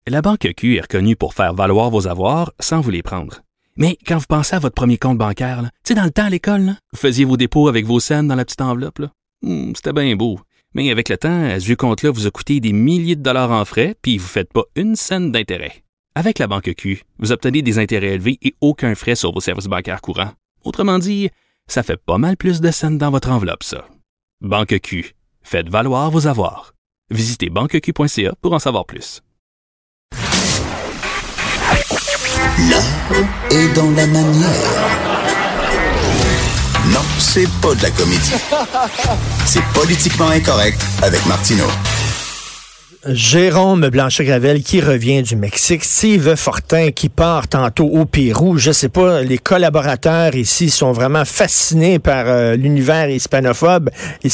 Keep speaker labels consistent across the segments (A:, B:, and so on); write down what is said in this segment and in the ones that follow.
A: La Banque Q est reconnue pour faire valoir vos avoirs sans vous les prendre. Mais quand vous pensez à votre premier compte bancaire, tu sais, dans le temps à l'école, là, vous faisiez vos dépôts avec vos scènes dans la petite enveloppe. Là. C'était bien beau. Mais avec le temps, ce vieux compte-là vous a coûté des milliers de dollars en frais, puis vous ne faites pas une scène d'intérêt. Avec la Banque Q, vous obtenez des intérêts élevés et aucun frais sur vos services bancaires courants. Autrement dit, ça fait pas mal plus de scènes dans votre enveloppe, ça. Banque Q. Faites valoir vos avoirs. Visitez banqueq.ca pour en savoir plus.
B: L'art est dans la manière. Non, c'est pas de la comédie. C'est Politiquement Incorrect avec Martineau.
C: Jérôme Blanchet-Gravel qui revient du Mexique, Steve Fortin qui part tantôt au Pérou. Je sais pas, les collaborateurs ici sont vraiment fascinés par l'univers hispanophone,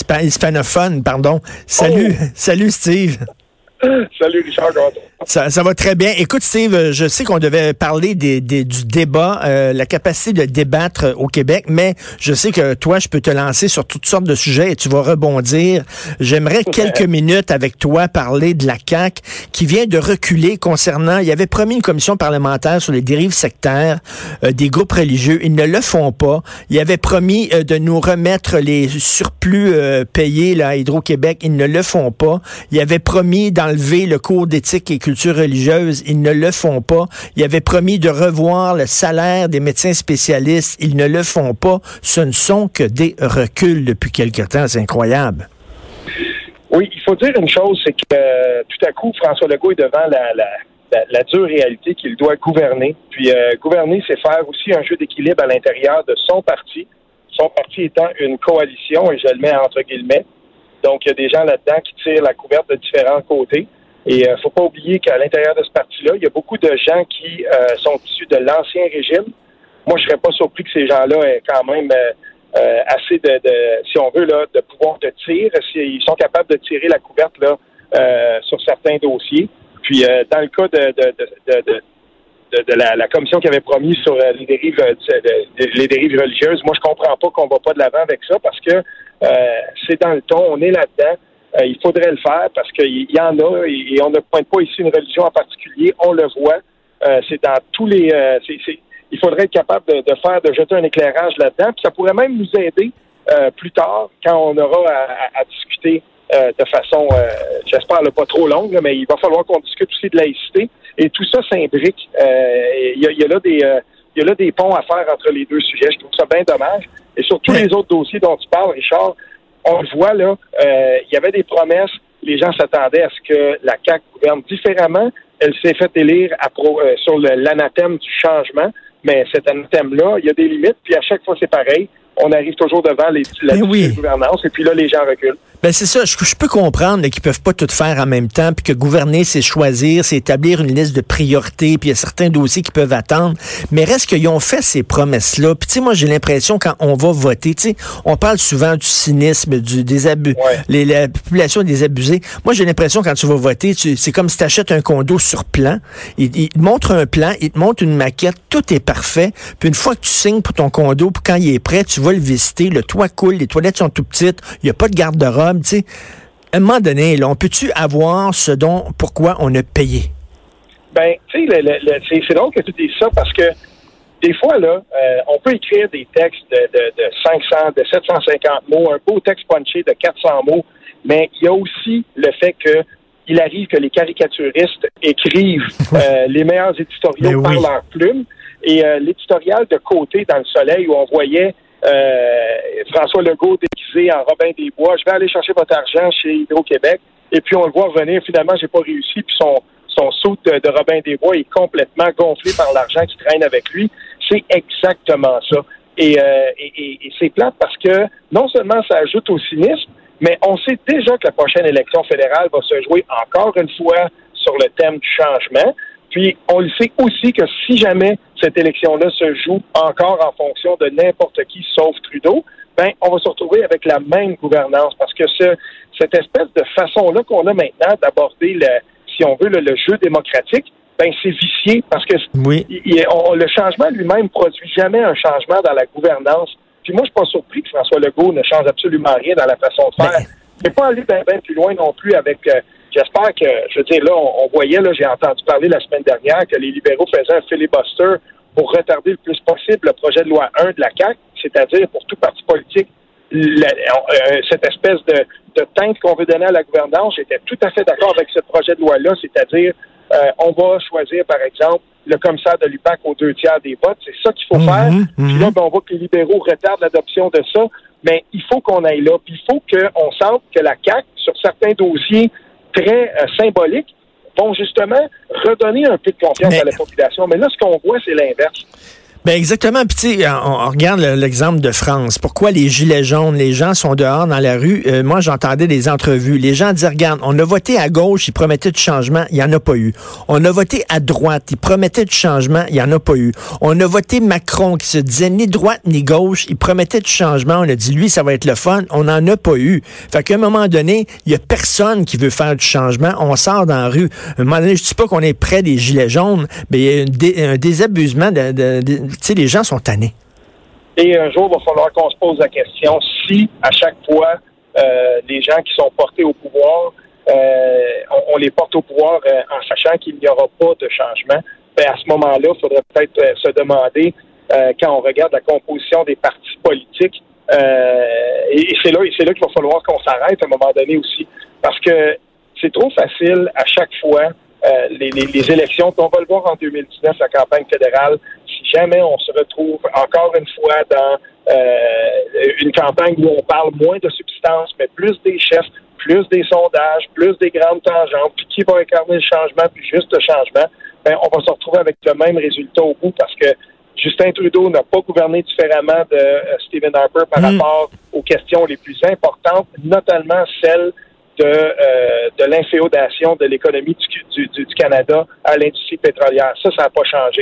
C: pardon. Salut, Salut Steve.
D: Salut Richard, comment
C: ça va très bien. Écoute Steve, je sais qu'on devait parler du débat, la capacité de débattre au Québec, mais je sais que toi, je peux te lancer sur toutes sortes de sujets et tu vas rebondir. J'aimerais quelques minutes avec toi parler de la CAQ qui vient de reculer concernant, il avait promis une commission parlementaire sur les dérives sectaires des groupes religieux. Ils ne le font pas. Il avait promis de nous remettre les surplus payés là, à Hydro-Québec. Ils ne le font pas. Il avait promis d'enlever le cours d'éthique et culture religieuse. Ils ne le font pas. Ils avaient promis de revoir le salaire des médecins spécialistes. Ils ne le font pas. Ce ne sont que des reculs depuis quelque temps. C'est incroyable.
D: Oui, il faut dire une chose, c'est que tout à coup, François Legault est devant la dure réalité qu'il doit gouverner. Puis gouverner, c'est faire aussi un jeu d'équilibre à l'intérieur de son parti. Son parti étant une coalition, et je le mets entre guillemets. Donc, il y a des gens là-dedans qui tirent la couverte de différents côtés. Et il ne faut pas oublier qu'à l'intérieur de ce parti-là, il y a beaucoup de gens qui sont issus de l'ancien régime. Moi, je ne serais pas surpris que ces gens-là aient quand même assez si on veut, là, de pouvoir de tir. Ils sont capables de tirer la couverte là sur certains dossiers. Puis, dans le cas de la commission qui avait promis sur les dérives religieuses, moi, je comprends pas qu'on va pas de l'avant avec ça parce que c'est dans le ton, on est là-dedans. Il faudrait le faire parce qu'il y en a et on ne pointe pas ici une religion en particulier. On le voit. C'est dans tous les. Il faudrait être capable de jeter un éclairage là-dedans. Puis ça pourrait même nous aider plus tard quand on aura à discuter de façon, j'espère, pas trop longue, mais il va falloir qu'on discute aussi de laïcité. Et tout ça s'imbrique. Il y a là des ponts à faire entre les deux sujets. Je trouve ça bien dommage. Et sur tous les autres dossiers dont tu parles, Richard, on le voit là, il y avait des promesses. Les gens s'attendaient à ce que la CAQ gouverne différemment. Elle s'est fait élire sur l'anathème du changement. Mais cet anathème-là, il y a des limites. Puis à chaque fois, c'est pareil. On arrive toujours devant la gouvernance. Et puis là, les gens reculent.
C: Ben c'est ça, je peux comprendre qu'ils peuvent pas tout faire en même temps, puis que gouverner, c'est choisir, c'est établir une liste de priorités, puis il y a certains dossiers qui peuvent attendre, mais reste qu'ils ont fait ces promesses-là. Puis tu sais, moi j'ai l'impression quand on va voter, tu sais, on parle souvent du cynisme, des abus, la population des abusés. Moi j'ai l'impression quand tu vas voter, c'est comme si tu achètes un condo sur plan, il te montre un plan, il te montre une maquette, tout est parfait, puis une fois que tu signes pour ton condo, puis quand il est prêt, tu vas le visiter, le toit coule, les toilettes sont tout petites, il n'y a pas de garde-robe. T'sais, à un moment donné, là, on peut-tu avoir pourquoi on a payé?
D: Ben, tu sais, c'est drôle que tu dises ça parce que des fois, là, on peut écrire des textes de 500, de 750 mots, un beau texte punché de 400 mots, mais il y a aussi le fait qu'il arrive que les caricaturistes écrivent les meilleurs éditoriaux par leur plume. Et l'éditorial de Côté dans Le Soleil où on voyait François Legault déguisé en Robin des Bois, je vais aller chercher votre argent chez Hydro-Québec, et puis on le voit revenir, finalement j'ai pas réussi, puis son suit de Robin des Bois est complètement gonflé par l'argent qui traîne avec lui. C'est exactement ça. Et c'est plate parce que non seulement ça ajoute au cynisme, mais on sait déjà que la prochaine élection fédérale va se jouer encore une fois sur le thème du changement. Puis, on le sait aussi que si jamais cette élection-là se joue encore en fonction de n'importe qui sauf Trudeau, ben, on va se retrouver avec la même gouvernance parce que cette espèce de façon-là qu'on a maintenant d'aborder si on veut, le jeu démocratique, ben, c'est vicié parce que le changement lui-même produit jamais un changement dans la gouvernance. Puis moi, je suis pas surpris que François Legault ne change absolument rien dans la façon de faire. Il n'est pas allé bien plus loin non plus avec j'espère que, je veux dire, là, on voyait, là, j'ai entendu parler la semaine dernière que les libéraux faisaient un filibuster pour retarder le plus possible le projet de loi 1 de la CAQ, c'est-à-dire pour tout parti politique, cette espèce de teinte qu'on veut donner à la gouvernance. J'étais tout à fait d'accord avec ce projet de loi-là, c'est-à-dire on va choisir, par exemple, le commissaire de l'UPAC aux 2/3 des votes. C'est ça qu'il faut faire. Puis là, on voit que les libéraux retardent l'adoption de ça. Mais il faut qu'on aille là. Puis il faut qu'on sente que la CAQ, sur certains dossiers très symboliques, vont justement redonner un peu de confiance à la population. Mais là, ce qu'on voit, c'est l'inverse.
C: Ben exactement. Puis tu sais, on regarde l'exemple de France. Pourquoi les gilets jaunes, les gens sont dehors dans la rue? Moi, j'entendais des entrevues. Les gens disaient, regarde, on a voté à gauche, ils promettaient du changement, il n'y en a pas eu. On a voté à droite, ils promettaient du changement, il n'y en a pas eu. On a voté Macron, qui se disait ni droite ni gauche, il promettait du changement. On a dit, lui, ça va être le fun. On n'en a pas eu. Fait qu'à un moment donné, il n'y a personne qui veut faire du changement. On sort dans la rue. À un moment donné, je dis pas qu'on est près des gilets jaunes, mais il y a un désabusement tu sais, les gens sont tannés.
D: Et un jour, il va falloir qu'on se pose la question si, à chaque fois, les gens qui sont portés au pouvoir, on les porte au pouvoir en sachant qu'il n'y aura pas de changement, ben à ce moment-là, il faudrait peut-être se demander, quand on regarde la composition des partis politiques, et c'est là qu'il va falloir qu'on s'arrête à un moment donné aussi. Parce que c'est trop facile à chaque fois, les élections, on va le voir en 2019, la campagne fédérale, si jamais on se retrouve encore une fois dans une campagne où on parle moins de substance, mais plus des chefs, plus des sondages, plus des grandes tangentes, puis qui va incarner le changement, puis juste le changement, ben, on va se retrouver avec le même résultat au bout parce que Justin Trudeau n'a pas gouverné différemment de Stephen Harper par rapport aux questions les plus importantes, notamment celles de l'inféodation de l'économie du Canada à l'industrie pétrolière. Ça n'a pas changé.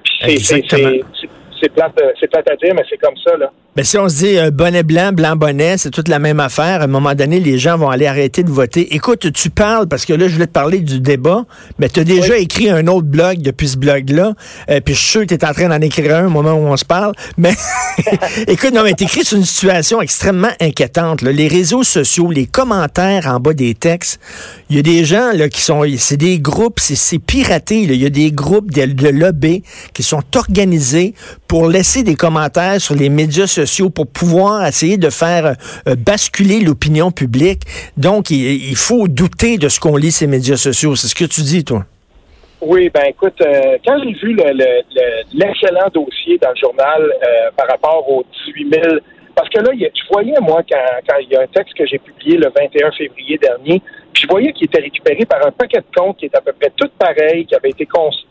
D: C'est plate à dire, mais c'est comme ça, là.
C: Ben, si on se dit bonnet blanc, blanc bonnet, c'est toute la même affaire. À un moment donné, les gens vont aller arrêter de voter. Écoute, tu parles, parce que là, je voulais te parler du débat, mais tu as déjà écrit un autre blog depuis ce blog-là, puis je suis sûr que tu es en train d'en écrire un au moment où on se parle, mais écoute, non, mais tu écris sur une situation extrêmement inquiétante, là. Les réseaux sociaux, les commentaires en bas des textes, il y a des gens là qui sont, c'est des groupes, c'est piraté, là. Il y a des groupes de lobby qui sont organisés pour laisser des commentaires sur les médias sociaux pour pouvoir essayer de faire basculer l'opinion publique. Donc, il faut douter de ce qu'on lit ces médias sociaux. C'est ce que tu dis, toi?
D: Oui, ben écoute, quand j'ai vu l'excellent dossier dans le journal par rapport aux 18 000... Parce que là, je voyais, moi, quand il y a un texte que j'ai publié le 21 février dernier, puis je voyais qu'il était récupéré par un paquet de comptes qui est à peu près tout pareil, qui avait été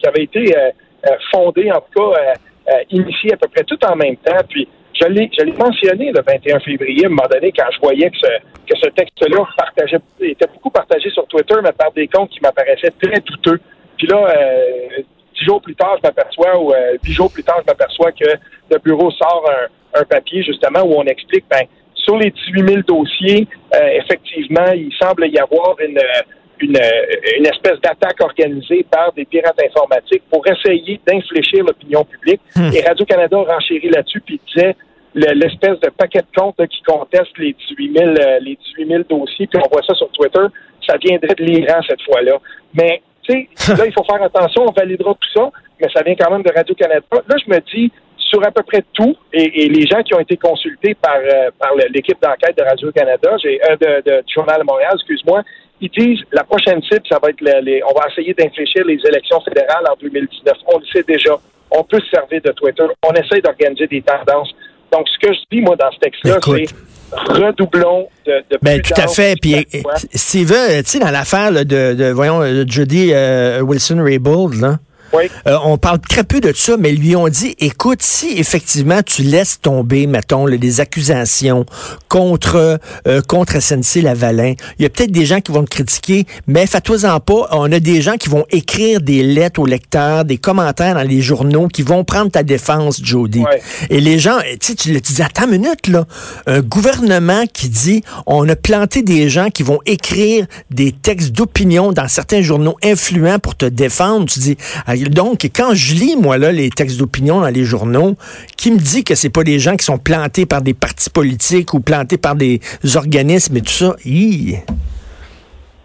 D: fondé, en tout cas, initié à peu près tout en même temps. Puis, je l'ai mentionné le 21 février, à un moment donné, quand je voyais que ce texte-là était beaucoup partagé sur Twitter, mais par des comptes qui m'apparaissaient très douteux. Puis là, 10 jours plus tard, je m'aperçois, ou 8 jours plus tard, je m'aperçois que le bureau sort un papier, justement, où on explique, sur les 18 000 dossiers, effectivement, il semble y avoir une espèce d'attaque organisée par des pirates informatiques pour essayer d'infléchir l'opinion publique. Et Radio-Canada a renchéri là-dessus, puis disait l'espèce de paquet de comptes là, qui conteste les 18 000 dossiers, puis on voit ça sur Twitter, ça viendrait de l'Iran cette fois-là. Mais, tu sais, là, il faut faire attention, on validera tout ça, mais ça vient quand même de Radio-Canada. Là, je me dis, sur à peu près tout, et les gens qui ont été consultés par l'équipe d'enquête de Radio-Canada, du Journal de Montréal, excuse-moi, ils disent la prochaine cible, ça va être on va essayer d'infléchir les élections fédérales en 2019. On le sait déjà. On peut se servir de Twitter. On essaie d'organiser des tendances. Donc, ce que je dis, moi, dans ce texte-là, c'est redoublons de
C: ben, tout à fait. Puis, Steve, tu sais, dans l'affaire de Jody Wilson-Raybould, là, oui. On parle très peu de ça, mais ils lui ont dit, écoute, si effectivement tu laisses tomber, mettons, des accusations contre SNC-Lavalin, il y a peut-être des gens qui vont te critiquer, mais fais-toi-en pas, on a des gens qui vont écrire des lettres aux lecteurs, des commentaires dans les journaux, qui vont prendre ta défense, Jody. Ouais. Et les gens, tu dis, attends une minute, là, un gouvernement qui dit, on a planté des gens qui vont écrire des textes d'opinion dans certains journaux influents pour te défendre, tu dis, donc, quand je lis, moi, là, les textes d'opinion dans les journaux, qui me dit que c'est pas des gens qui sont plantés par des partis politiques ou plantés par des organismes et tout ça?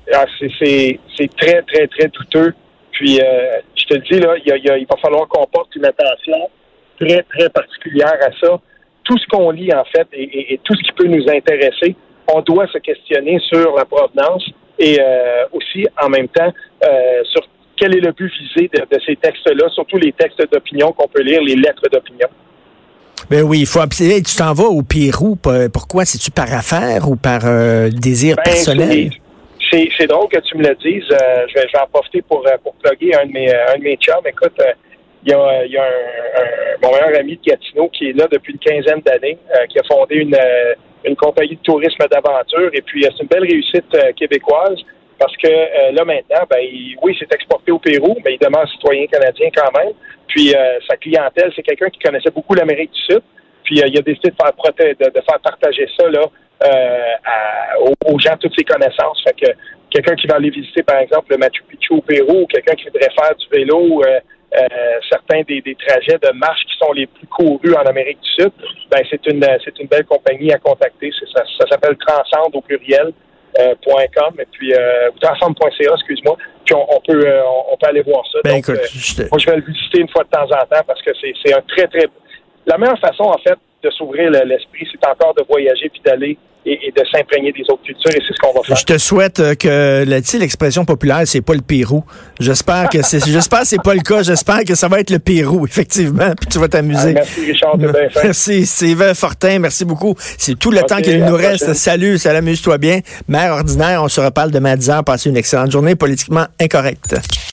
D: c'est très, très, très douteux. Puis, je te le dis, là, il va falloir qu'on porte une attention très, très particulière à ça. Tout ce qu'on lit, en fait, et tout ce qui peut nous intéresser, on doit se questionner sur la provenance et aussi, en même temps, sur quel est le but visé de ces textes-là, surtout les textes d'opinion qu'on peut lire, les lettres d'opinion.
C: Ben oui, il faut observer. Tu t'en vas au Pérou. Pourquoi? C'est-tu par affaire ou par désir personnel?
D: C'est drôle que tu me le dises. Je vais en profiter pour plugger un de mes chums. Écoute, il y a mon meilleur ami de Gatineau qui est là depuis une quinzaine d'années, qui a fondé une compagnie de tourisme d'aventure. Et puis, c'est une belle réussite québécoise parce que là, maintenant, oui, c'est exporté au Pérou, mais il demeure citoyen canadien quand même. Puis, sa clientèle, c'est quelqu'un qui connaissait beaucoup l'Amérique du Sud. Puis, il a décidé de faire partager ça là aux gens toutes ses connaissances. Fait que quelqu'un qui va aller visiter, par exemple, le Machu Picchu au Pérou, ou quelqu'un qui voudrait faire du vélo, certains des trajets de marche qui sont les plus courus en Amérique du Sud, c'est une belle compagnie à contacter. Ça s'appelle Transcende au pluriel. .com et puis transcende.ca, excuse-moi. Puis on peut aller voir ça. Donc,
C: écoute,
D: moi, je vais le visiter une fois de temps en temps parce que c'est un très, très... La meilleure façon, en fait, de s'ouvrir l'esprit, c'est encore de voyager puis d'aller et de s'imprégner des autres cultures, et c'est ce qu'on va faire.
C: Je te souhaite que l'expression populaire, c'est pas le Pérou. J'espère que c'est pas le cas. J'espère que ça va être le Pérou, effectivement, puis tu vas t'amuser.
D: Merci, Richard, t'es bien fin.
C: Merci, Sylvain Fortin, merci beaucoup. C'est tout le temps qu'il nous reste. Salut, amuse-toi bien. Mère ordinaire, on se reparle demain à 10h. Passez une excellente journée politiquement incorrecte.